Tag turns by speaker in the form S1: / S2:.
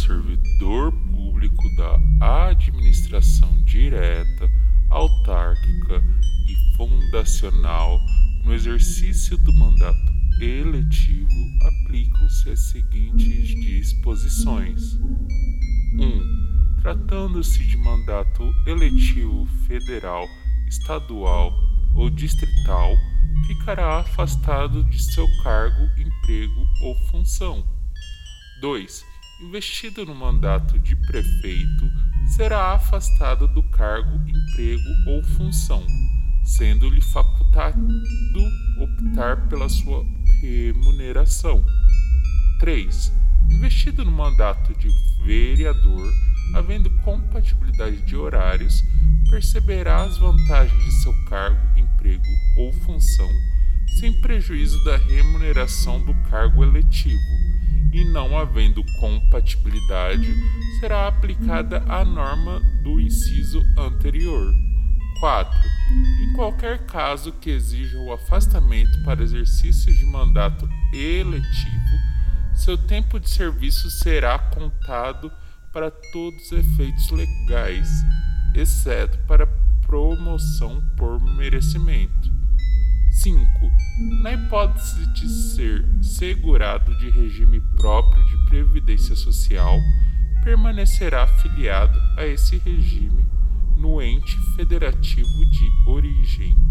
S1: servidor público da administração direta, autárquica e fundacional, no exercício do mandato eletivo, aplicam-se as seguintes disposições. 1. Tratando-se de mandato eletivo federal, estadual ou distrital, ficará afastado de seu cargo, emprego ou função. 2. Investido no mandato de prefeito, será afastado do cargo, emprego ou função, sendo-lhe facultado optar pela sua remuneração. 3. Investido no mandato de vereador, havendo compatibilidade de horários, perceberá as vantagens de seu cargo, emprego ou função, sem prejuízo da remuneração do cargo eletivo, e não havendo compatibilidade, será aplicada a norma do inciso anterior. 4. Em qualquer caso que exija o afastamento para exercício de mandato eletivo, seu tempo de serviço será contado para todos os efeitos legais, exceto para promoção por merecimento. 5. Na hipótese de ser segurado de regime próprio de previdência social, permanecerá afiliado a esse regime no ente federativo de origem.